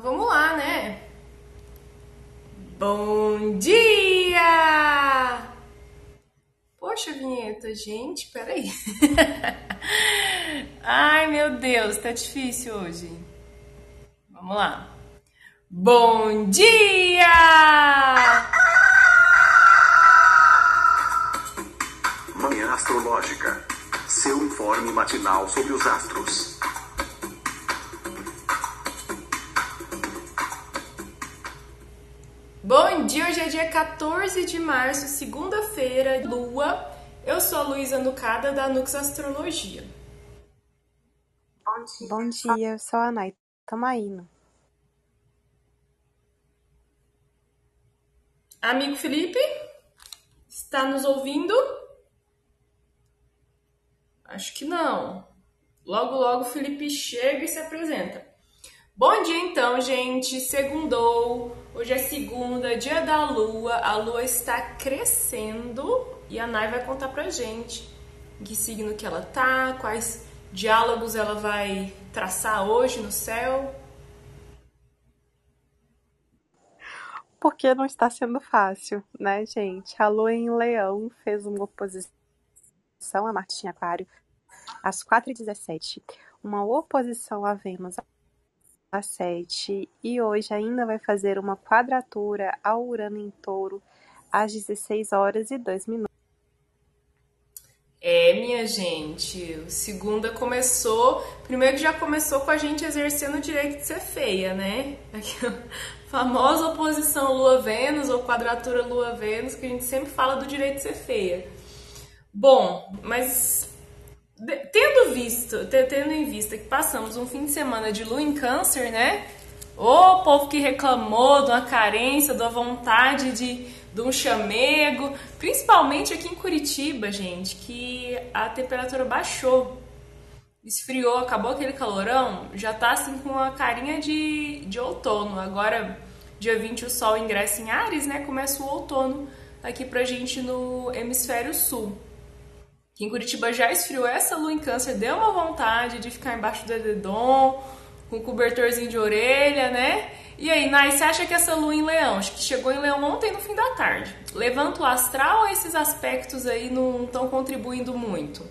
vamos lá, né? Bom dia! Poxa, vinheta, gente, peraí. Ai, meu Deus, tá difícil hoje. Vamos lá. Bom dia! Manhã Astrológica. Seu informe matinal sobre os astros. Bom dia, hoje é dia 14 de março, segunda-feira, lua. Eu sou a Luísa Nucada, da Nux Astrologia. Bom dia, eu sou a Nay. Tamo indo. Amigo Felipe, está nos ouvindo? Acho que não. Logo, logo o Felipe chega e se apresenta. Bom dia então, gente. Segundou. Hoje é segunda, dia da lua. A lua está crescendo e a Nay vai contar pra gente em que signo que ela tá, quais diálogos ela vai traçar hoje no céu. Porque não está sendo fácil, né, gente? A lua em Leão fez uma oposição a Marte em Aquário às 4h17. Uma oposição a Vênus às 7. E hoje ainda vai fazer uma quadratura ao Urano em Touro às 16h02. Minha gente, segunda começou. Primeiro que já começou com a gente exercendo o direito de ser feia, né? Aquela famosa oposição Lua-Vênus ou quadratura Lua-Vênus, que a gente sempre fala do direito de ser feia. Bom, mas tendo em vista que passamos um fim de semana de lua em Câncer, né? O povo que reclamou de uma carência, da vontade de um chamego, principalmente aqui em Curitiba, gente, que a temperatura baixou, esfriou, acabou aquele calorão, já tá assim com uma carinha de outono. Agora, dia 20, o sol ingressa em Áries, né? Começa o outono aqui pra gente no hemisfério sul. Aqui em Curitiba já esfriou, essa lua em Câncer deu uma vontade de ficar embaixo do edredom, com cobertorzinho de orelha, né? E aí, Nay, você acha que essa lua em Leão, acho que chegou em Leão ontem no fim da tarde, levanta o astral ou esses aspectos aí não estão contribuindo muito?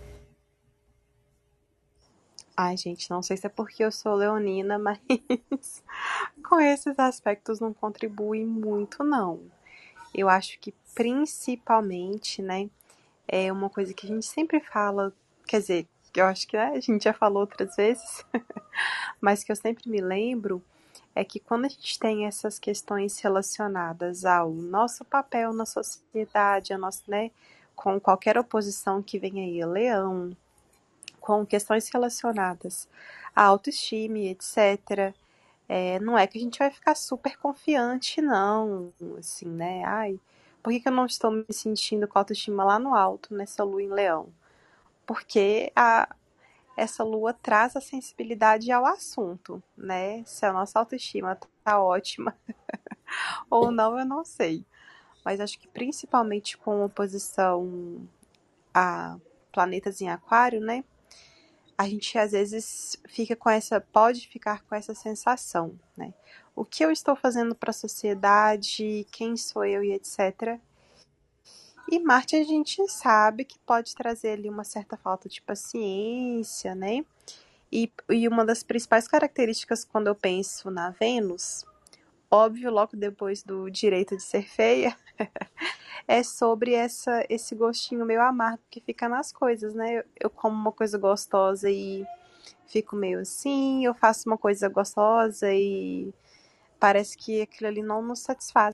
Ai, gente, não sei se é porque eu sou leonina, mas com esses aspectos não contribui muito, não. Eu acho que principalmente, né, é uma coisa que a gente sempre fala, quer dizer, eu acho que a gente já falou outras vezes, mas que eu sempre me lembro, é que quando a gente tem essas questões relacionadas ao nosso papel na sociedade, a nosso, né, com qualquer oposição que venha aí, Leão, com questões relacionadas à autoestima, etc., não é que a gente vai ficar super confiante, não, assim, né, ai, por que eu não estou me sentindo com a autoestima lá no alto, nessa lua em Leão? Porque essa lua traz a sensibilidade ao assunto, né? Se a nossa autoestima tá ótima ou não, eu não sei. Mas acho que principalmente com oposição a planetas em Aquário, né? A gente às vezes pode ficar com essa sensação, né? O que eu estou fazendo para a sociedade, quem sou eu e etc. E Marte a gente sabe que pode trazer ali uma certa falta de paciência, né? E uma das principais características quando eu penso na Vênus, óbvio, logo depois do direito de ser feia, é sobre esse gostinho meio amargo que fica nas coisas, né? Eu como uma coisa gostosa e fico meio assim, eu faço uma coisa gostosa e parece que aquilo ali não nos satisfaz.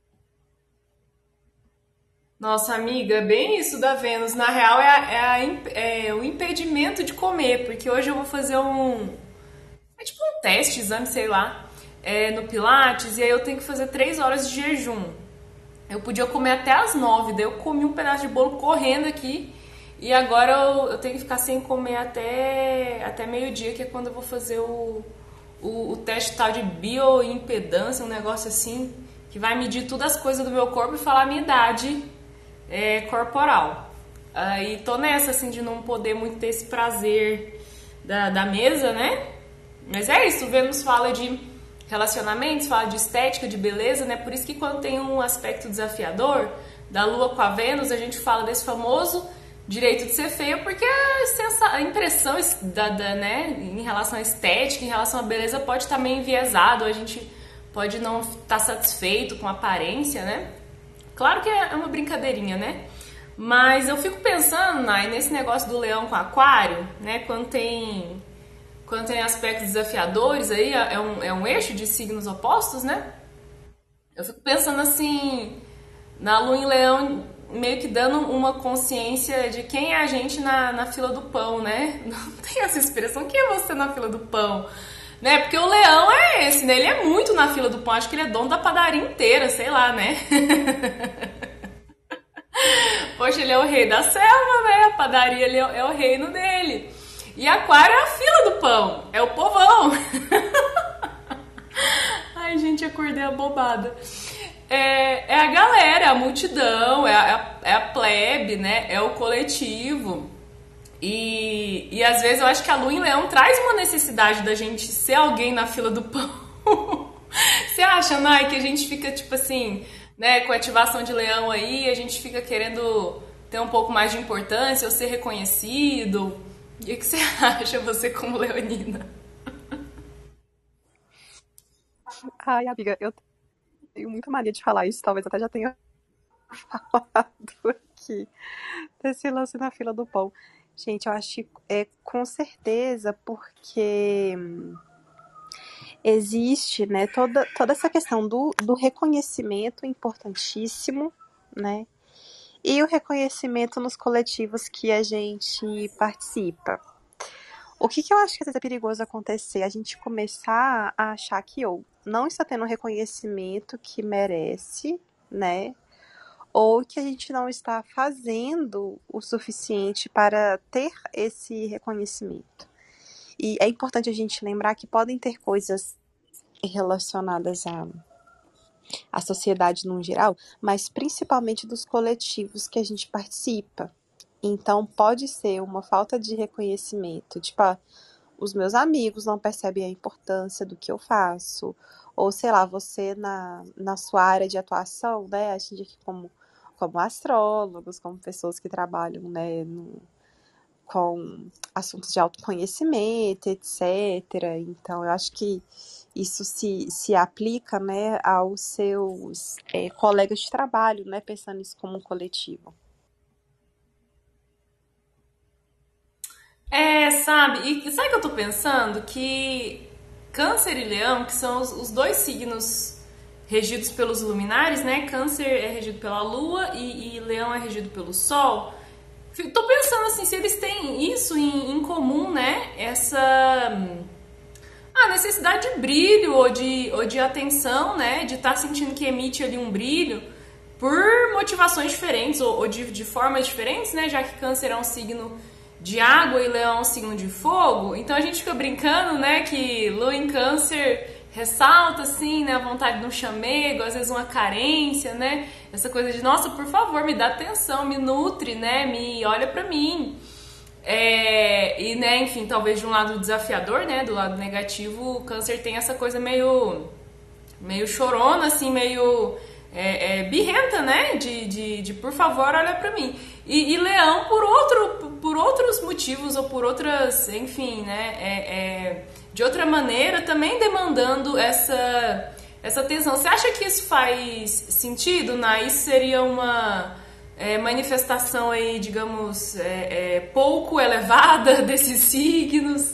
Nossa, amiga, é bem isso da Vênus. Na real, é o impedimento de comer, porque hoje eu vou fazer tipo um teste, exame, sei lá, no Pilates, e aí eu tenho que fazer 3 horas de jejum. Eu podia comer até as 9, daí eu comi um pedaço de bolo correndo aqui, e agora eu tenho que ficar sem comer até meio-dia, que é quando eu vou fazer o teste tal de bioimpedância, um negócio assim, que vai medir todas as coisas do meu corpo e falar a minha idade corporal. Aí tô nessa, assim, de não poder muito ter esse prazer da mesa, né? Mas é isso, o Vênus fala de relacionamentos, fala de estética, de beleza, né? Por isso que quando tem um aspecto desafiador da Lua com a Vênus, a gente fala desse famoso direito de ser feio, porque a impressão né, em relação à estética, em relação à beleza, pode estar meio enviesado, a gente pode não estar satisfeito com a aparência, né? Claro que é uma brincadeirinha, né? Mas eu fico pensando, Nai, nesse negócio do leão com aquário, né? Quando tem aspectos desafiadores aí, é um eixo de signos opostos, né? Eu fico pensando assim, na Lua em Leão, meio que dando uma consciência de quem é a gente na fila do pão, né? Não tem essa expressão, quem é você na fila do pão? Né? Porque o leão é esse, né? Ele é muito na fila do pão, acho que ele é dono da padaria inteira, sei lá, né? Poxa, ele é o rei da selva, né? A padaria ele é o reino dele. E aquário é a fila do pão, é o povão. Ai, gente, acordei abobada. É a galera, é a multidão, é a plebe, né? É o coletivo. E às vezes eu acho que a Lua em Leão traz uma necessidade da gente ser alguém na fila do pão. Você acha, Nai, que a gente fica tipo assim, né, com a ativação de Leão aí, a gente fica querendo ter um pouco mais de importância ou ser reconhecido? E o que você acha, você como leonina? Ai, amiga, eu tenho muita mania de falar isso, talvez até já tenha falado aqui, desse lance na fila do pão. Gente, eu acho que com certeza, porque existe, né, toda essa questão do reconhecimento importantíssimo, né, e o reconhecimento nos coletivos que a gente participa. O que eu acho que às vezes é perigoso acontecer? A gente começar a achar que não está tendo o reconhecimento que merece, né? Ou que a gente não está fazendo o suficiente para ter esse reconhecimento. E é importante a gente lembrar que podem ter coisas relacionadas à sociedade no geral, mas principalmente dos coletivos que a gente participa. Então, pode ser uma falta de reconhecimento. Tipo, os meus amigos não percebem a importância do que eu faço. Ou, sei lá, você na sua área de atuação, né? A gente aqui como astrólogos, como pessoas que trabalham, né, com assuntos de autoconhecimento, etc. Então, eu acho que isso se aplica, né, aos seus colegas de trabalho, né? Pensando isso como um coletivo. Sabe? E sabe o que eu tô pensando? Que Câncer e Leão, que são os dois signos regidos pelos luminares, né? Câncer é regido pela Lua e Leão é regido pelo Sol. Tô pensando assim, se eles têm isso em comum, né? Essa necessidade de brilho ou de atenção, né? De estar sentindo que emite ali um brilho por motivações diferentes ou de formas diferentes, né? Já que Câncer é um signo de água e Leão é um signo de fogo. Então a gente fica brincando, né? Que Lua em Câncer ressalta, assim, né? A vontade de um chamego, às vezes uma carência, né? Essa coisa de, nossa, por favor, me dá atenção, me nutre, né? Me olha pra mim. E, né, enfim, talvez de um lado desafiador, né? Do lado negativo, o Câncer tem essa coisa meio chorona, assim, meio birrenta, né? De por favor, olha pra mim. E Leão, por outros motivos ou por outras, enfim, né? De outra maneira, também demandando essa atenção. Você acha que isso faz sentido, Né? Isso seria uma manifestação aí, digamos, pouco elevada desses signos?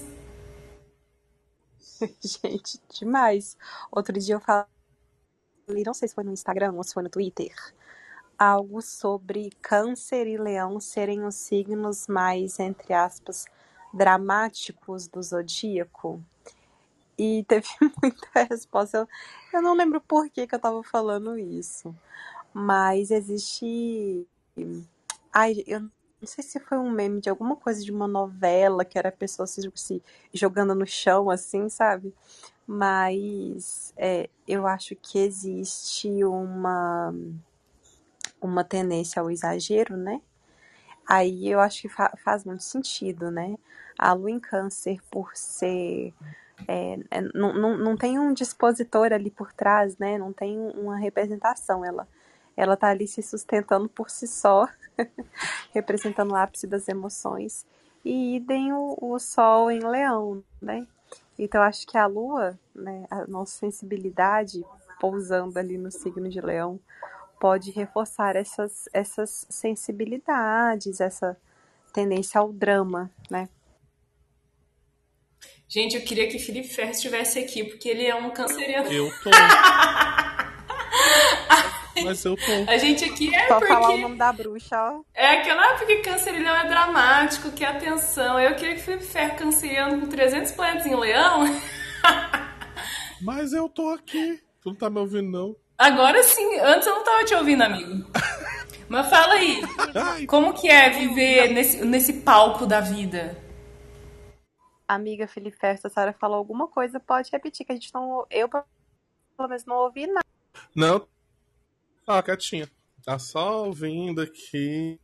Gente, demais. Outro dia eu falei, não sei se foi no Instagram ou se foi no Twitter, algo sobre Câncer e Leão serem os signos mais, entre aspas, dramáticos do zodíaco. E teve muita resposta. Eu não lembro por que eu tava falando isso. Mas existe... Ai, eu não sei se foi um meme de alguma coisa de uma novela, que era a pessoa se jogando no chão, assim, sabe? Mas eu acho que existe uma tendência ao exagero, né? Aí eu acho que faz muito sentido, né? A Lua em Câncer, por ser Não tem um dispositor ali por trás, né? Não tem uma representação. Ela tá ali se sustentando por si só, representando o ápice das emoções. E idem o Sol em Leão, né? Então acho que a Lua, né, a nossa sensibilidade pousando ali no signo de Leão, pode reforçar essas sensibilidades, essa tendência ao drama, né? Gente, eu queria que Felipe Ferro estivesse aqui, porque ele é um canceriano. Eu tô. Mas eu tô. A gente aqui é Só porque... falar o nome da bruxa, ó. É aquela porque canceriano é dramático, que atenção. Eu queria que Felipe Ferro canceriano com 300 planetas em Leão. Mas eu tô aqui. Tu não tá me ouvindo, não? Agora sim, antes eu não tava te ouvindo, amigo. Mas fala aí, Ai, como que é viver nesse palco da vida? Amiga Felipe Ferro, se a senhora falou alguma coisa, pode repetir, que a gente não. Eu, pelo menos, não ouvi nada. não. Ah, quietinha. Tá só ouvindo aqui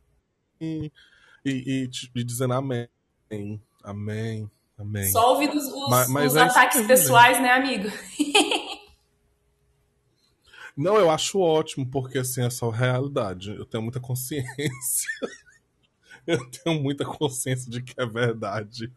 e dizendo amém. Amém. Amém. Só ouvindo Mas os é isso ataques aí, pessoais, né, amigo? Não, eu acho ótimo, porque assim, é só realidade. Eu tenho muita consciência. Eu tenho muita consciência de que é verdade.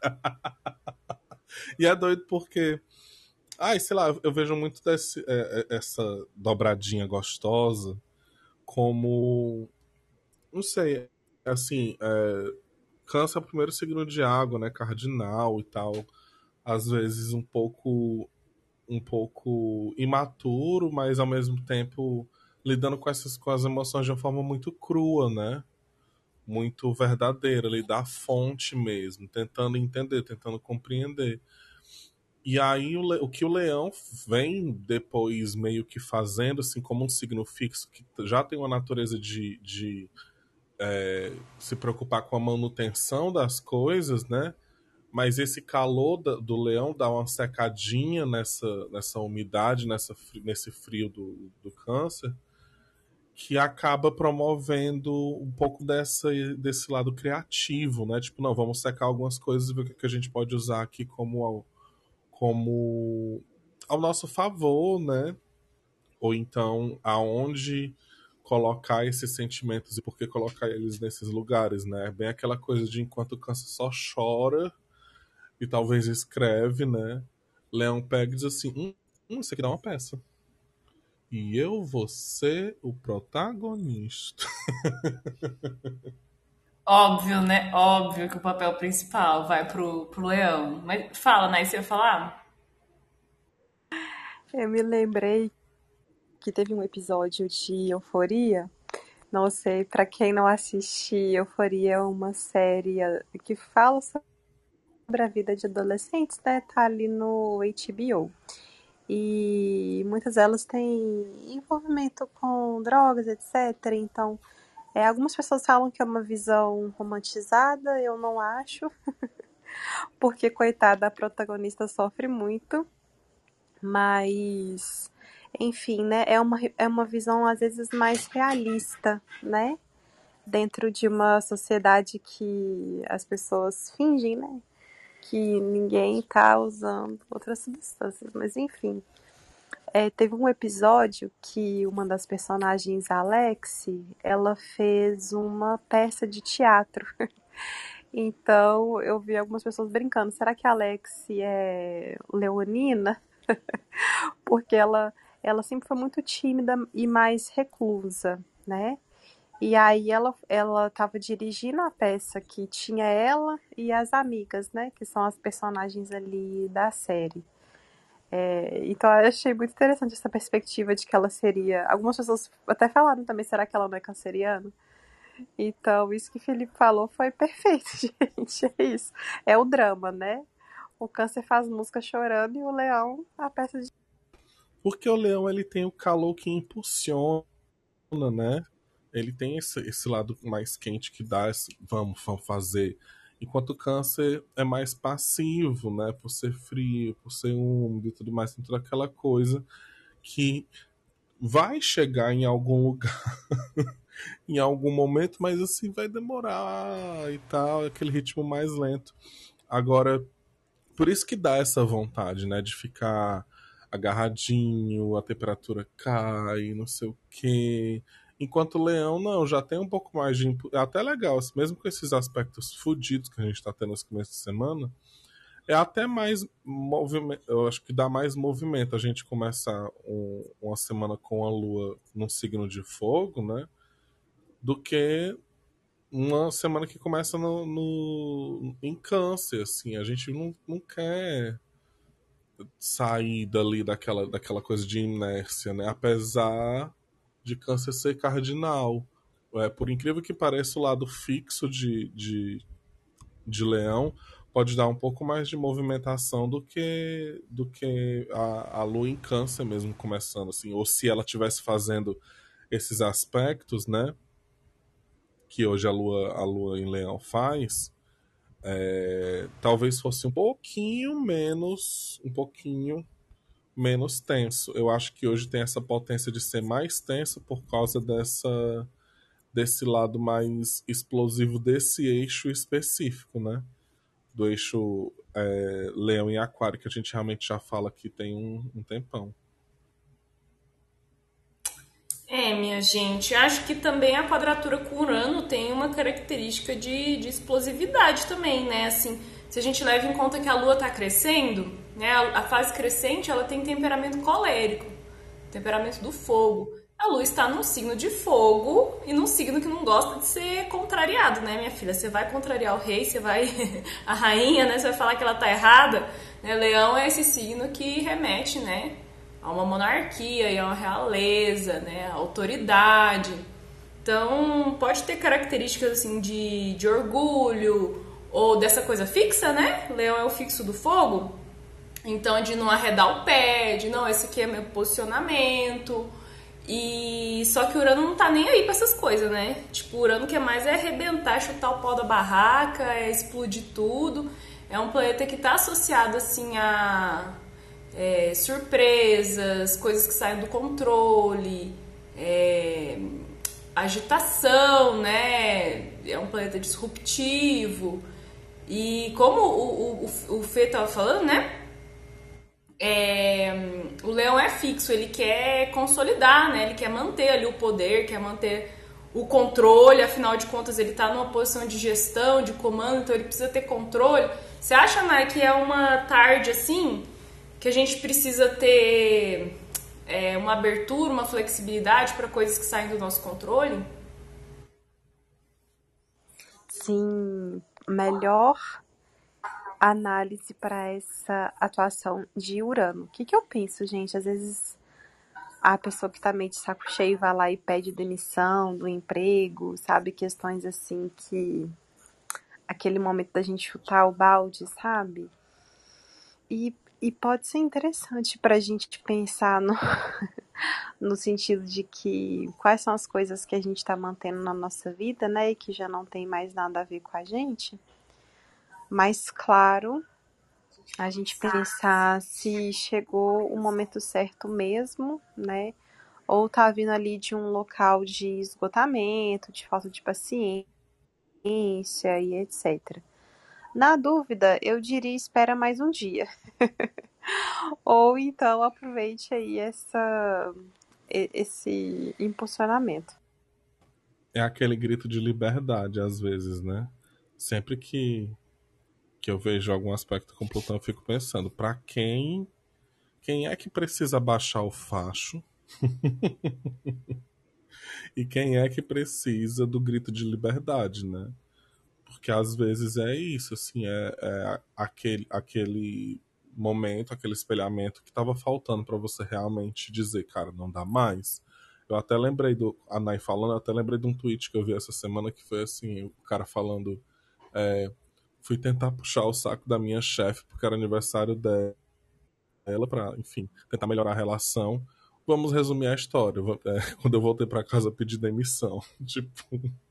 E é doido porque. Ai, sei lá, eu vejo muito essa dobradinha gostosa como. Não sei, assim, Câncer é o primeiro signo de água, né? Cardinal e tal. Às vezes um pouco imaturo, mas ao mesmo tempo lidando com as emoções de uma forma muito crua, né? Muito verdadeira, ali da fonte mesmo, tentando entender, tentando compreender. E aí o que o leão vem depois meio que fazendo, assim, como um signo fixo, que já tem uma natureza de se preocupar com a manutenção das coisas, né? Mas esse calor do leão dá uma secadinha nessa umidade, nesse frio do câncer, que acaba promovendo um pouco desse lado criativo, né? Tipo, não, vamos secar algumas coisas e ver o que a gente pode usar aqui como ao nosso favor, né? Ou então aonde colocar esses sentimentos e por que colocar eles nesses lugares, né? Bem aquela coisa de enquanto o câncer só chora e talvez escreve, né? Leão pega e diz assim: isso aqui dá uma peça. E eu vou ser o protagonista. Óbvio, né? Óbvio que o papel principal vai pro leão. Mas fala, né? Você ia falar? Eu me lembrei que teve um episódio de Euforia. Não sei, pra quem não assistiu, Euforia é uma série que fala sobre a vida de adolescentes, né? Tá ali no HBO. E muitas delas têm envolvimento com drogas, etc. Então, algumas pessoas falam que é uma visão romantizada, eu não acho, porque, coitada, a protagonista sofre muito, mas, enfim, né, é uma visão, às vezes, mais realista, né, dentro de uma sociedade que as pessoas fingem, né, que ninguém tá usando outras substâncias, mas, enfim. Teve um episódio que uma das personagens, a Alexi, ela fez uma peça de teatro. Então, eu vi algumas pessoas brincando. Será que a Alexi é leonina? Porque ela sempre foi muito tímida e mais reclusa, né? E aí ela estava dirigindo a peça que tinha ela e as amigas, né? Que são as personagens ali da série. Então eu achei muito interessante essa perspectiva de que ela seria. Algumas pessoas até falaram também, será que ela não é canceriana? Então, isso que o Felipe falou foi perfeito, gente. É isso. É o drama, né? O câncer faz música chorando e o leão a peça de. Porque o leão ele tem o calor que impulsiona, né? Ele tem esse lado mais quente que dá vamos fazer. Enquanto o câncer é mais passivo, né? Por ser frio, por ser úmido e tudo mais, tem toda aquela coisa que vai chegar em algum lugar, em algum momento, mas assim vai demorar e tal, aquele ritmo mais lento. Agora, Por isso que dá essa vontade, né, de ficar agarradinho, a temperatura cai, não sei o quê. Enquanto o leão, não, já tem um pouco mais de. É até legal, assim, mesmo com esses aspectos fudidos que a gente tá tendo nesse começo de semana, é até mais movimento. Eu acho que dá mais movimento a gente começar uma semana com a lua num signo de fogo, né? Do que uma semana que começa em câncer, assim. A gente não quer sair dali daquela coisa de inércia, né? Apesar de câncer ser cardinal. Por incrível que pareça, o lado fixo de leão pode dar um pouco mais de movimentação do que a lua em câncer mesmo começando, assim. Ou se ela estivesse fazendo esses aspectos, né? Que hoje a lua em leão faz, talvez fosse um pouquinho menos tenso. Eu acho que hoje tem essa potência de ser mais tenso por causa desse lado mais explosivo desse eixo específico, né? Do eixo Leão e Aquário, que a gente realmente já fala que tem um tempão. Minha gente, acho que também a quadratura com Urano tem uma característica de explosividade também, né? Assim, se a gente leva em conta que a Lua está crescendo, né? A fase crescente, ela tem temperamento colérico, temperamento do fogo. A Lua está num signo de fogo e num signo que não gosta de ser contrariado, né, minha filha? Você vai contrariar o rei, você vai a rainha, né? Você vai falar que ela tá errada, né? Leão é esse signo que remete, né, a uma monarquia e a uma realeza, né, a autoridade. Então, pode ter características assim de orgulho ou dessa coisa fixa, né? Leão é o fixo do fogo. Então, de não arredar o pé, de não, esse aqui é meu posicionamento. E só que o Urano não tá nem aí pra essas coisas, né? Tipo, o Urano quer mais é arrebentar, chutar o pau da barraca, é explodir tudo. É um planeta que tá associado assim a surpresas, coisas que saem do controle, agitação, né? É um planeta disruptivo. E como o Fê tava falando, né? O leão é fixo, ele quer consolidar, né? Ele quer manter ali o poder, quer manter o controle, afinal de contas ele está numa posição de gestão, de comando, então ele precisa ter controle. Você acha, Nai, que é uma tarde assim, que a gente precisa ter uma abertura, uma flexibilidade para coisas que saem do nosso controle? Sim, melhor análise para essa atuação de Urano. O que eu penso, gente? Às vezes a pessoa que tá meio de saco cheio vai lá e pede demissão do emprego, sabe? Questões assim que... aquele momento da gente chutar o balde, sabe? E pode ser interessante pra gente pensar no sentido de que quais são as coisas que a gente tá mantendo na nossa vida, né? E que já não tem mais nada a ver com a gente. Mas, claro, a gente pensar se chegou o momento certo mesmo, né? Ou tá vindo ali de um local de esgotamento, de falta de paciência e etc. Na dúvida, eu diria espera mais um dia. Ou então aproveite aí esse impulsionamento. É aquele grito de liberdade, às vezes, né? Sempre que eu vejo algum aspecto com Plutão, eu fico pensando, pra quem é que precisa baixar o facho e quem é que precisa do grito de liberdade, né? Porque às vezes é isso, assim, é aquele momento, aquele espelhamento que estava faltando para você realmente dizer, cara, não dá mais. Eu até lembrei a Nai falando, eu até lembrei de um tweet que eu vi essa semana que foi assim, o cara falando, fui tentar puxar o saco da minha chefe porque era aniversário dela pra, enfim, tentar melhorar a relação. Vamos resumir a história. Quando eu voltei pra casa, eu pedi demissão. Tipo,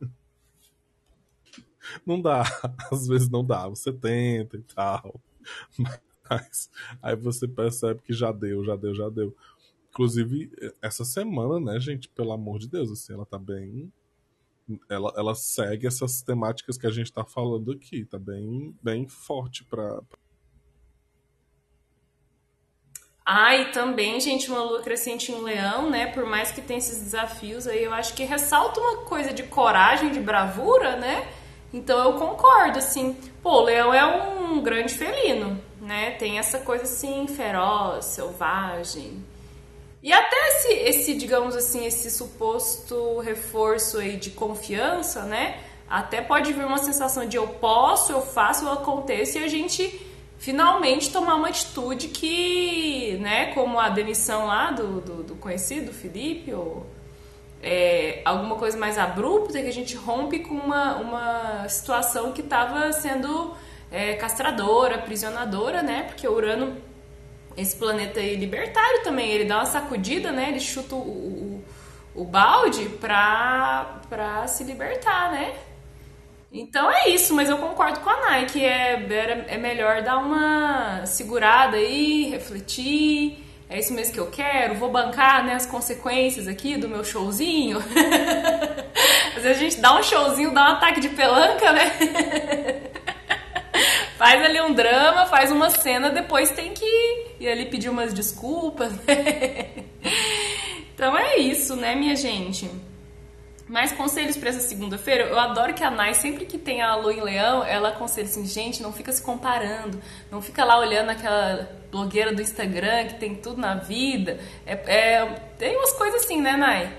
não dá. Às vezes não dá. Você tenta e tal. Mas aí você percebe que já deu, já deu, já deu. Inclusive, essa semana, né, gente, pelo amor de Deus, assim, ela tá bem. Ela segue essas temáticas que a gente tá falando aqui, tá bem, bem forte pra Ah, e também, gente, uma lua crescente em leão, né? Por mais que tenha esses desafios aí, eu acho que ressalta uma coisa de coragem, de bravura, né? Então eu concordo, assim. Pô, o leão é um grande felino, né? Tem essa coisa assim, feroz, selvagem. E até digamos assim, esse suposto reforço aí de confiança, né? Até pode vir uma sensação de eu posso, eu faço, eu aconteço e a gente finalmente tomar uma atitude que, né, como a demissão lá do conhecido Felipe, ou alguma coisa mais abrupta, que a gente rompe com uma situação que estava sendo castradora, aprisionadora, né? Porque o Urano, esse planeta aí libertário também, ele dá uma sacudida, né? Ele chuta o balde pra se libertar, né? Então é isso, mas eu concordo com a Nike, é melhor dar uma segurada aí, refletir, é isso mesmo que eu quero, vou bancar, né, as consequências aqui do meu showzinho. Às vezes a gente dá um showzinho, dá um ataque de pelanca, né? Faz ali um drama, faz uma cena, depois tem que ir ali pedir umas desculpas, né? Então é isso, né, minha gente? Mais conselhos para essa segunda-feira? Eu adoro que a Nai, sempre que tem a lua em leão, ela aconselha assim, gente, não fica se comparando, não fica lá olhando aquela blogueira do Instagram que tem tudo na vida. Tem umas coisas assim, né, Nai?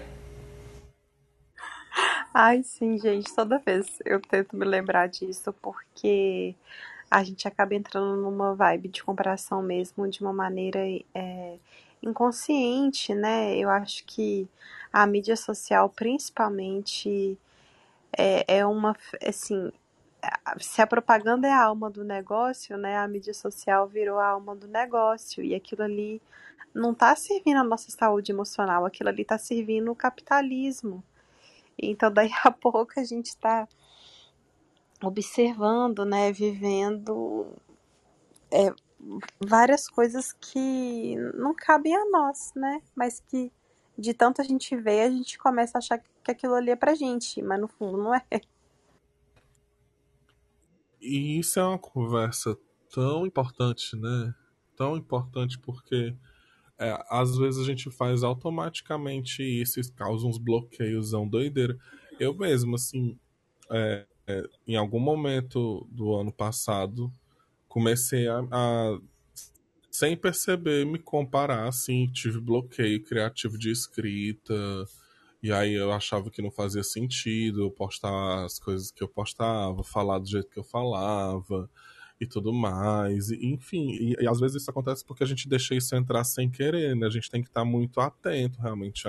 Ai, sim, gente, toda vez eu tento me lembrar disso porque a gente acaba entrando numa vibe de comparação mesmo de uma maneira inconsciente, né? Eu acho que a mídia social, principalmente, é uma, assim, se a propaganda é a alma do negócio, né? A mídia social virou a alma do negócio e aquilo ali não tá servindo a nossa saúde emocional, aquilo ali tá servindo o capitalismo. Então, daí a pouco a gente está observando, né, vivendo várias coisas que não cabem a nós, né, mas que de tanto a gente vê, a gente começa a achar que aquilo ali é pra gente, mas no fundo não é. E isso é uma conversa tão importante, né? Tão importante porque às vezes a gente faz automaticamente isso e causa uns bloqueios, doideira. Eu mesmo, assim, em algum momento do ano passado, comecei sem perceber, me comparar, assim, tive bloqueio criativo de escrita, e aí eu achava que não fazia sentido eu postar as coisas que eu postava, falar do jeito que eu falava e tudo mais. Enfim, e às vezes isso acontece porque a gente deixa isso entrar sem querer, né? A gente tem que estar muito atento realmente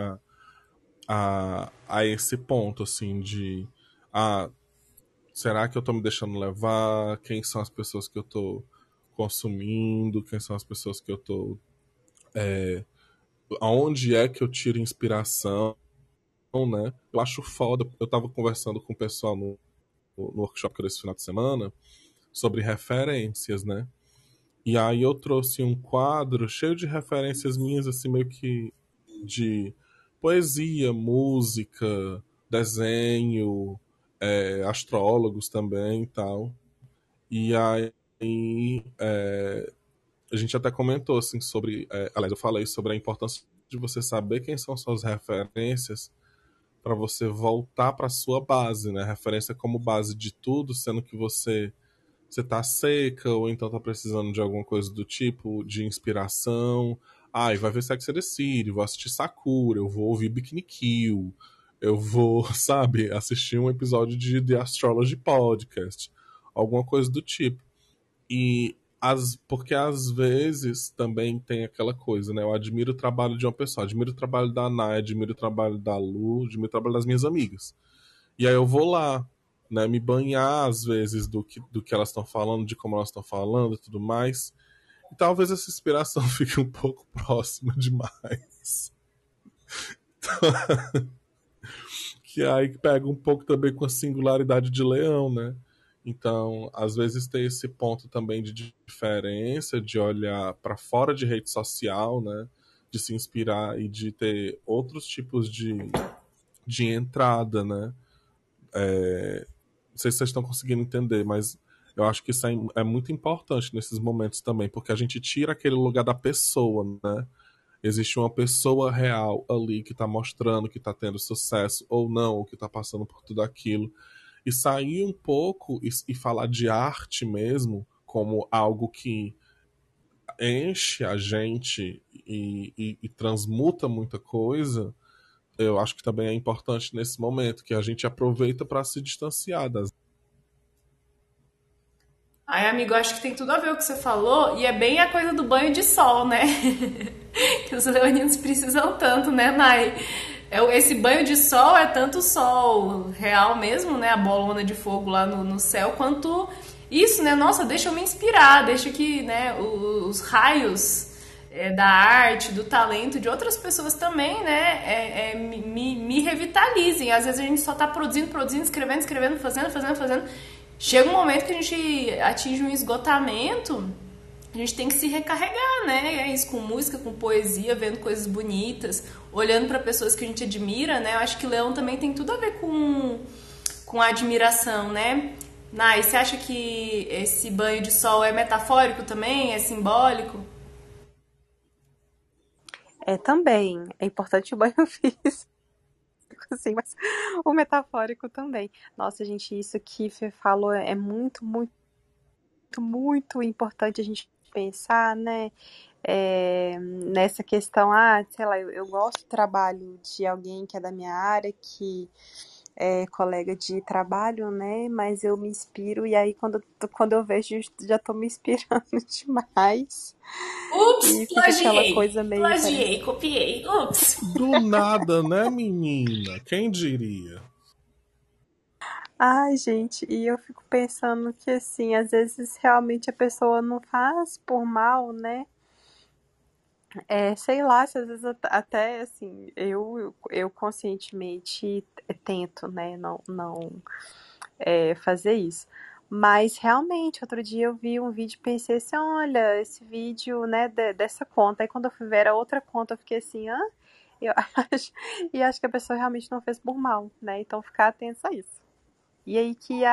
a esse ponto, assim, de ah, será que eu tô me deixando levar? Quem são as pessoas que eu tô consumindo? Quem são as pessoas que eu tô. Aonde é que eu tiro inspiração, né? Eu acho foda. Eu tava conversando com o pessoal no workshop que eu dei esse final de semana sobre referências, né? E aí eu trouxe um quadro cheio de referências minhas, assim, meio que de poesia, música, desenho, astrólogos também e tal. E aí a gente até comentou assim sobre, aliás, eu falei sobre a importância de você saber quem são suas referências para você voltar para sua base, né? Referência como base de tudo, sendo que você tá seca ou então tá precisando de alguma coisa do tipo de inspiração. E vai ver Sex and the City, vou assistir Sakura, eu vou ouvir Bikini Kill, eu vou, sabe, assistir um episódio de The Astrology Podcast, alguma coisa do tipo. Porque às vezes também tem aquela coisa, né? Eu admiro o trabalho de uma pessoa, admiro o trabalho da Naya, admiro o trabalho da Lu, admiro o trabalho das minhas amigas. E aí eu vou lá, né, me banhar às vezes do que elas estão falando, de como elas estão falando e tudo mais. E talvez essa inspiração fique um pouco próxima demais. Que aí pega um pouco também com a singularidade de Leão, né? Então, às vezes tem esse ponto também de diferença, de olhar para fora de rede social, né? De se inspirar e de ter outros tipos de entrada, né? Não sei se vocês estão conseguindo entender, mas Eu acho que isso é muito importante nesses momentos também, porque a gente tira aquele lugar da pessoa, né? Existe uma pessoa real ali que está mostrando que está tendo sucesso ou não, ou que está passando por tudo aquilo. E sair um pouco e falar de arte mesmo como algo que enche a gente e transmuta muita coisa, eu acho que também é importante nesse momento, que a gente aproveita para se distanciar das. Ai, amigo, eu acho que tem tudo a ver com o que você falou, e é bem a coisa do banho de sol, né? Que os leoninos precisam tanto, né, Nai? Esse banho de sol é tanto sol real mesmo, né? A bolona de fogo lá no céu, quanto isso, né? Nossa, deixa eu me inspirar, deixa que, né, os raios da arte, do talento de outras pessoas também, né? Me revitalizem. Às vezes a gente só tá produzindo, escrevendo, fazendo. Chega um momento que a gente atinge um esgotamento, a gente tem que se recarregar, né? É isso, com música, com poesia, vendo coisas bonitas, olhando para pessoas que a gente admira, né? Eu acho que Leão também tem tudo a ver com a admiração, né? Nai, você acha que esse banho de sol é metafórico também? É simbólico? É também, é importante o banho físico, sim, mas o metafórico também. Nossa, gente, isso que você falou é muito, muito, muito importante a gente pensar, né? Nessa questão, sei lá, eu gosto do trabalho de alguém que é da minha área, que é colega de trabalho, né? Mas eu me inspiro, e aí quando eu vejo, já tô me inspirando demais. Ups, E fica aquela plagiei, coisa meio plagiei, parece. copiei, ups. Do nada, né, menina? Quem diria? Ai, gente, e eu fico pensando que, assim, às vezes realmente a pessoa não faz por mal, né? Sei lá, se às vezes até, assim, eu conscientemente tento, né, não fazer isso. Mas realmente, outro dia eu vi um vídeo e pensei assim, olha, esse vídeo, né, dessa conta. Aí quando eu fui ver era outra conta, eu fiquei assim, Eu acho, e acho que a pessoa realmente não fez por mal, né? Então ficar atento a isso. E aí que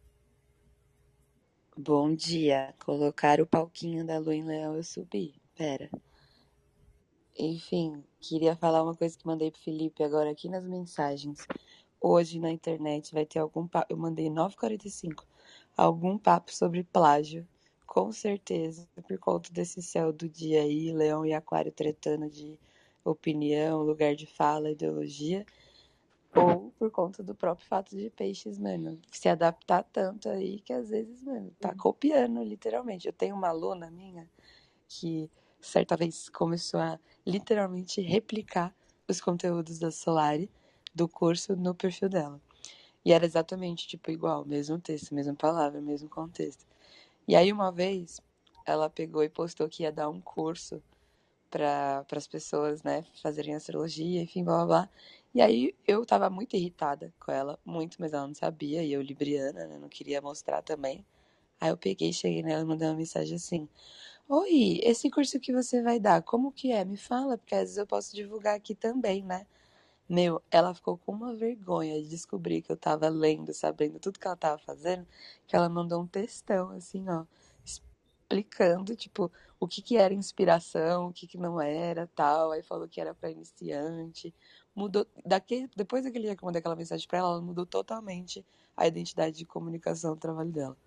Bom dia. Colocar o palquinho da Lua em Leão, eu subi. Pera. Enfim, queria falar uma coisa que mandei pro Felipe agora aqui nas mensagens. Hoje na internet vai ter algum papo. Eu mandei 9h45. Algum papo sobre plágio. Com certeza, por conta desse céu do dia aí, Leão e Aquário tretando de opinião, lugar de fala, ideologia. Ou por conta do próprio fato de Peixes, mano, se adaptar tanto aí que às vezes, mano, tá copiando, literalmente. Eu tenho uma aluna minha que certa vez começou a literalmente replicar os conteúdos da Solari do curso no perfil dela. E era exatamente, tipo, igual, mesmo texto, mesma palavra, mesmo contexto. E aí uma vez ela pegou e postou que ia dar um curso para as pessoas, né, fazerem astrologia, enfim, blá blá blá. E aí eu tava muito irritada com ela, muito, mas ela não sabia, e eu libriana, né, não queria mostrar também. Aí eu peguei, cheguei nela e mandei uma mensagem assim: Oi, esse curso que você vai dar, como que é? Me fala, porque às vezes eu posso divulgar aqui também, né? Meu, ela ficou com uma vergonha de descobrir que eu tava lendo, sabendo tudo que ela tava fazendo, que ela mandou um textão, assim, ó, explicando, tipo, o que que era inspiração, o que que não era, tal. Aí falou que era pra iniciante. Mudou, depois daquele dia que eu mandei aquela mensagem pra ela, ela mudou totalmente a identidade de comunicação do trabalho dela.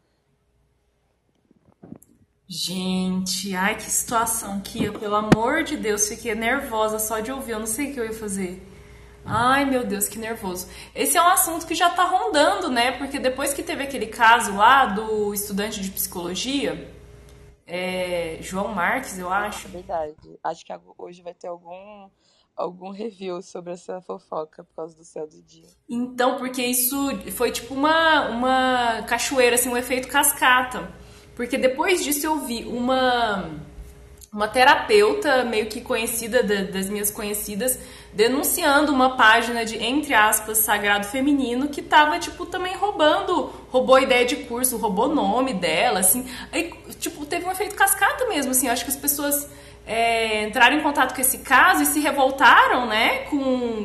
Gente, ai que situação que eu, pelo amor de Deus, fiquei nervosa só de ouvir, eu não sei o que eu ia fazer. Ai, meu Deus, que nervoso. Esse é um assunto que já tá rondando, né? Porque depois que teve aquele caso lá do estudante de psicologia, João Marques, eu Nossa, acho. verdade. Acho que hoje vai ter algum review sobre essa fofoca por causa do céu do dia. Então, porque isso foi tipo uma cachoeira, assim, um efeito cascata. Porque depois disso eu vi uma terapeuta meio que conhecida das minhas conhecidas denunciando uma página de, entre aspas, sagrado feminino que tava, tipo, também roubou a ideia de curso, roubou o nome dela, assim. Aí, tipo, teve um efeito cascata mesmo, assim. Acho que as pessoas entraram em contato com esse caso e se revoltaram, né,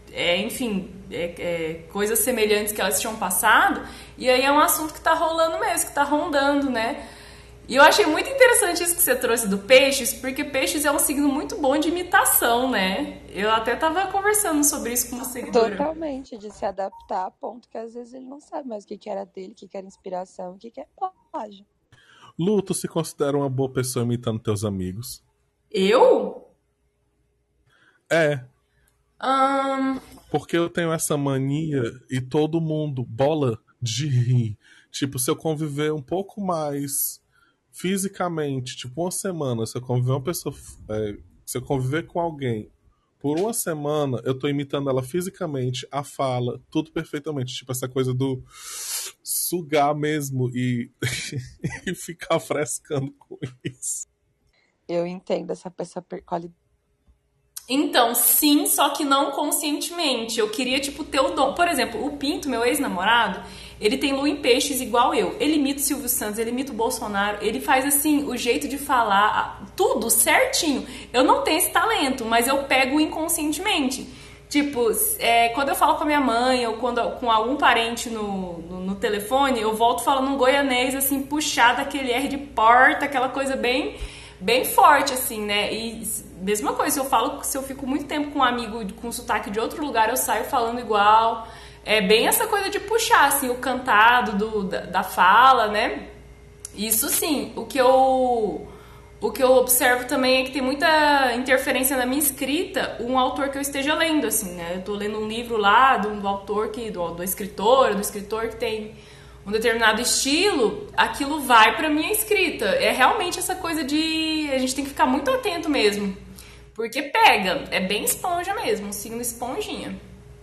enfim, coisas semelhantes que elas tinham passado, e aí é um assunto que tá rolando mesmo, que tá rondando, né? E eu achei muito interessante isso que você trouxe do peixes, porque peixes é um signo muito bom de imitação, né? Eu até tava conversando sobre isso com uma seguidora. Totalmente, de se adaptar a ponto que às vezes ele não sabe mais o que que era dele, o que que era inspiração, o que que é plágio. Lu, tu se considera uma boa pessoa imitando teus amigos? Eu? É, Ahn, porque eu tenho essa mania e todo mundo bola de rir. Tipo, se eu conviver um pouco mais fisicamente, tipo uma semana, se eu conviver uma pessoa, se eu conviver com alguém por uma semana, eu tô imitando ela fisicamente, a fala, tudo perfeitamente. Tipo, essa coisa do sugar mesmo e, e ficar frescando com isso. Eu entendo essa qualidade. Então, sim, só que não conscientemente. Eu queria, tipo, ter o dom. Por exemplo, o Pinto, meu ex-namorado, ele tem lua em peixes igual eu. Ele imita o Silvio Santos, ele imita o Bolsonaro, ele faz, assim, o jeito de falar, tudo certinho. Eu não tenho esse talento, mas eu pego inconscientemente. Tipo, quando eu falo com a minha mãe ou com algum parente no telefone, eu volto falando um goianês, assim, puxado, aquele R de porta, aquela coisa bem forte, assim, né? E mesma coisa, se eu fico muito tempo com um amigo com sotaque de outro lugar, eu saio falando igual. É bem essa coisa de puxar, assim, o cantado da fala, né? Isso sim. O que eu observo também é que tem muita interferência na minha escrita, um autor que eu esteja lendo, assim, né? Eu tô lendo um livro lá do autor, do escritor que tem um determinado estilo, aquilo vai pra minha escrita. É realmente essa coisa de... A gente tem que ficar muito atento mesmo. Porque pega, é bem esponja mesmo, um signo esponjinha.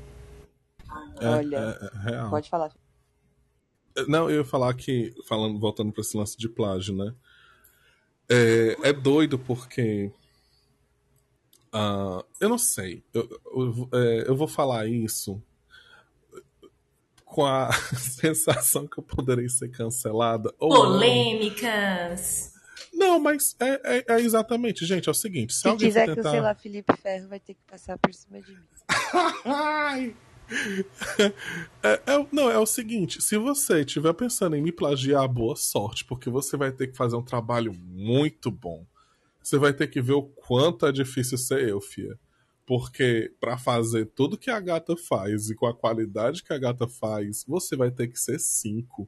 Olha, Real. pode falar. Não, eu ia falar que, voltando pra esse lance de plágio, né? É doido porque. Eu não sei. Eu vou falar isso com a sensação que eu poderei ser cancelada ou não. Polêmicas. Não, mas é exatamente, gente, é o seguinte, se Se alguém for quiser tentar... cancelar Felipe Ferro, vai ter que passar por cima de mim. Ai! Não, é o seguinte, se você estiver pensando em me plagiar, boa sorte, porque você vai ter que fazer um trabalho muito bom. Você vai ter que ver o quanto é difícil ser eu, fia. Porque pra fazer tudo que a gata faz e com a qualidade que a gata faz, você vai ter que ser 5.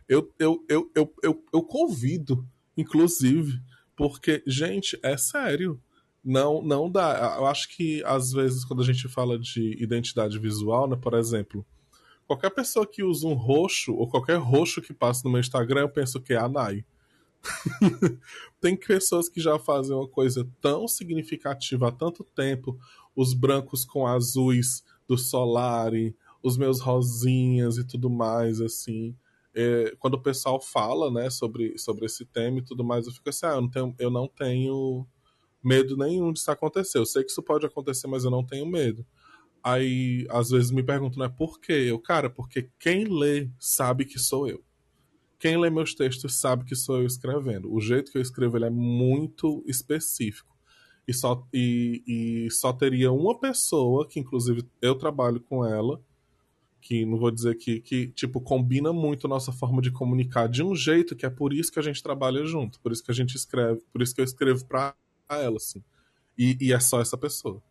Eu convido, inclusive, porque, gente, é sério. Não dá. Eu acho que, às vezes, quando a gente fala de identidade visual, né, por exemplo, qualquer pessoa que usa um roxo, ou qualquer roxo que passa no meu Instagram, eu penso que é a Nai. Tem pessoas que já fazem uma coisa tão significativa há tanto tempo, os brancos com azuis do Solari, os meus rosinhas e tudo mais, assim. Quando o pessoal fala, né, sobre esse tema e tudo mais, eu fico assim, eu não tenho medo nenhum disso acontecer. Eu sei que isso pode acontecer, mas eu não tenho medo. Aí, às vezes me perguntam, né, por quê? Cara, porque quem lê sabe que sou eu. Quem lê meus textos sabe que sou eu escrevendo. O jeito que eu escrevo ele é muito específico. E só teria uma pessoa, que inclusive eu trabalho com ela, que não vou dizer que tipo, combina muito a nossa forma de comunicar de um jeito que é por isso que a gente trabalha junto, por isso que a gente escreve, por isso que eu escrevo pra ela, assim. E é só essa pessoa.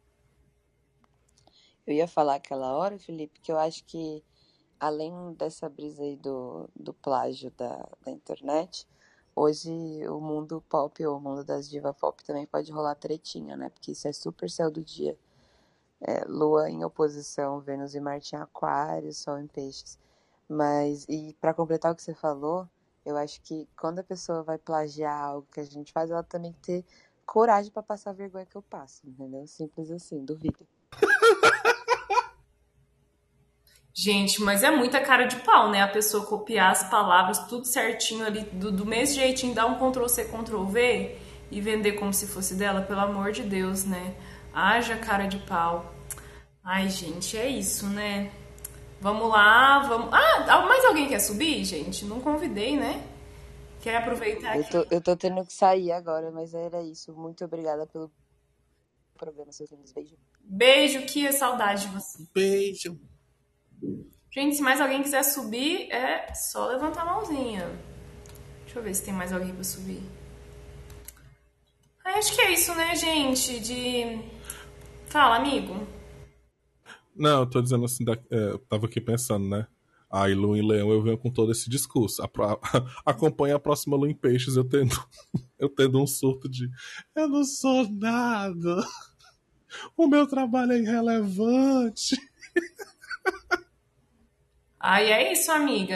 Eu ia falar aquela hora, Felipe, que eu acho que além dessa brisa aí do plágio da internet, hoje o mundo pop ou o mundo das diva pop também pode rolar tretinha, né? Porque isso é super céu do dia. Lua em oposição, Vênus e Marte em Aquário, Sol em Peixes. Mas, e para completar o que você falou, eu acho que quando a pessoa vai plagiar algo que a gente faz, ela também tem que ter coragem para passar a vergonha que eu passo, entendeu? Simples assim, duvido. Gente, mas é muita cara de pau, né? A pessoa copiar as palavras tudo certinho ali, do mesmo jeitinho, dar um Ctrl+C, Ctrl+V e vender como se fosse dela, pelo amor de Deus, né? Haja cara de pau. Ai, gente, é isso, né? Vamos lá, vamos... Ah, mais alguém quer subir, gente? Não convidei, né? Quer aproveitar aqui? Eu tô tendo que sair agora, mas era isso. Muito obrigada pelo programa, seus lindos. Beijo. Beijo, Kia, saudade de você. Beijo. Gente, se mais alguém quiser subir, é só levantar a mãozinha. Deixa eu ver se tem mais alguém pra subir. Acho que é isso, né, gente? Fala, amigo. Não, eu tô dizendo assim, eu tava aqui pensando, né? Aí, Lu em Leão, eu venho com todo esse discurso. Acompanha a próxima Lu em Peixes, eu tendo um surto de eu não sou nada. O meu trabalho é irrelevante. Aí é isso, amiga.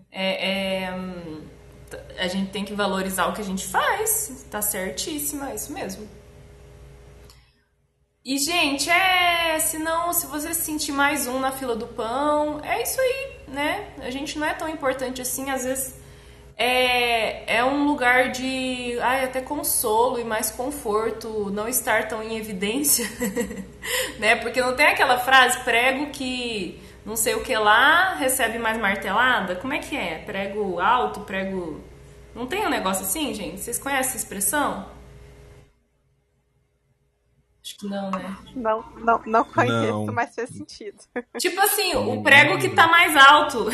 A gente tem que valorizar o que a gente faz. Tá certíssima, é isso mesmo. E, gente, se você se sentir mais um na fila do pão, é isso aí, né? A gente não é tão importante assim, às vezes é um lugar de até consolo e mais conforto não estar tão em evidência, né? Porque não tem aquela frase, prego que não sei o que lá recebe mais martelada? Como é que é? Prego alto, prego. Não tem um negócio assim, gente? Vocês conhecem essa expressão? Acho que não, né? Não conheço, Não, mas fez sentido. Tipo assim, o também prego não que tá lembro. mais alto.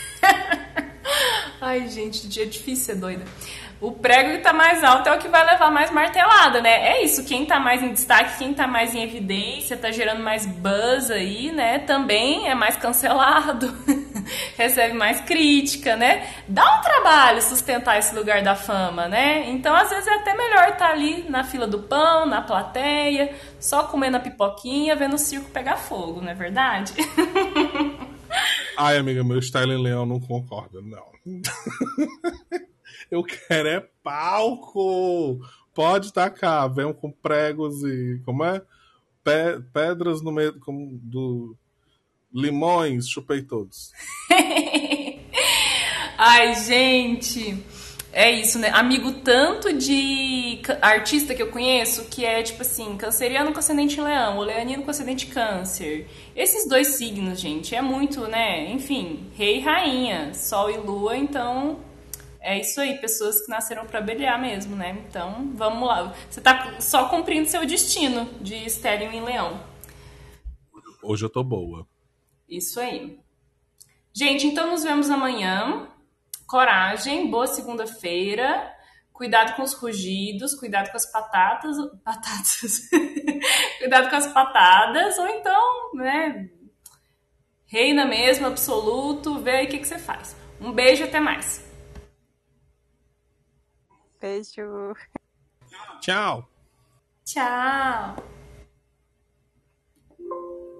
Ai, gente, dia difícil ser doida. O prego que tá mais alto é o que vai levar mais martelada, né? É isso, quem tá mais em destaque, quem tá mais em evidência, tá gerando mais buzz aí, né? Também é mais cancelado, recebe mais crítica, né? Dá um trabalho sustentar esse lugar da fama, né? Então, às vezes, é até melhor estar ali na fila do pão, na plateia, só comendo a pipoquinha, vendo o circo pegar fogo, não é verdade? Ai, amiga, meu style em Leão não concorda, não. Eu quero é palco. Pode tacar, venham com pregos e. Como é? Pedras no meio do. Limões, chupei todos. Ai, gente, é isso, né? Amigo tanto de artista que eu conheço que é tipo assim, canceriano com ascendente em leão, ou leonino com ascendente câncer. Esses dois signos, gente, é muito, né? Enfim, rei e rainha, sol e lua, então é isso aí, pessoas que nasceram pra brilhar mesmo, né? Então, vamos lá. Você tá só cumprindo seu destino de estéreo em leão. Hoje eu tô boa. Isso aí. Gente, então nos vemos amanhã. Coragem, boa segunda-feira. Cuidado com os rugidos, cuidado com as patatas. Patatas. Cuidado com as patadas, ou então, né? Reina mesmo, absoluto. Vê aí o que você faz. Um beijo e até mais. Beijo. Tchau! Tchau!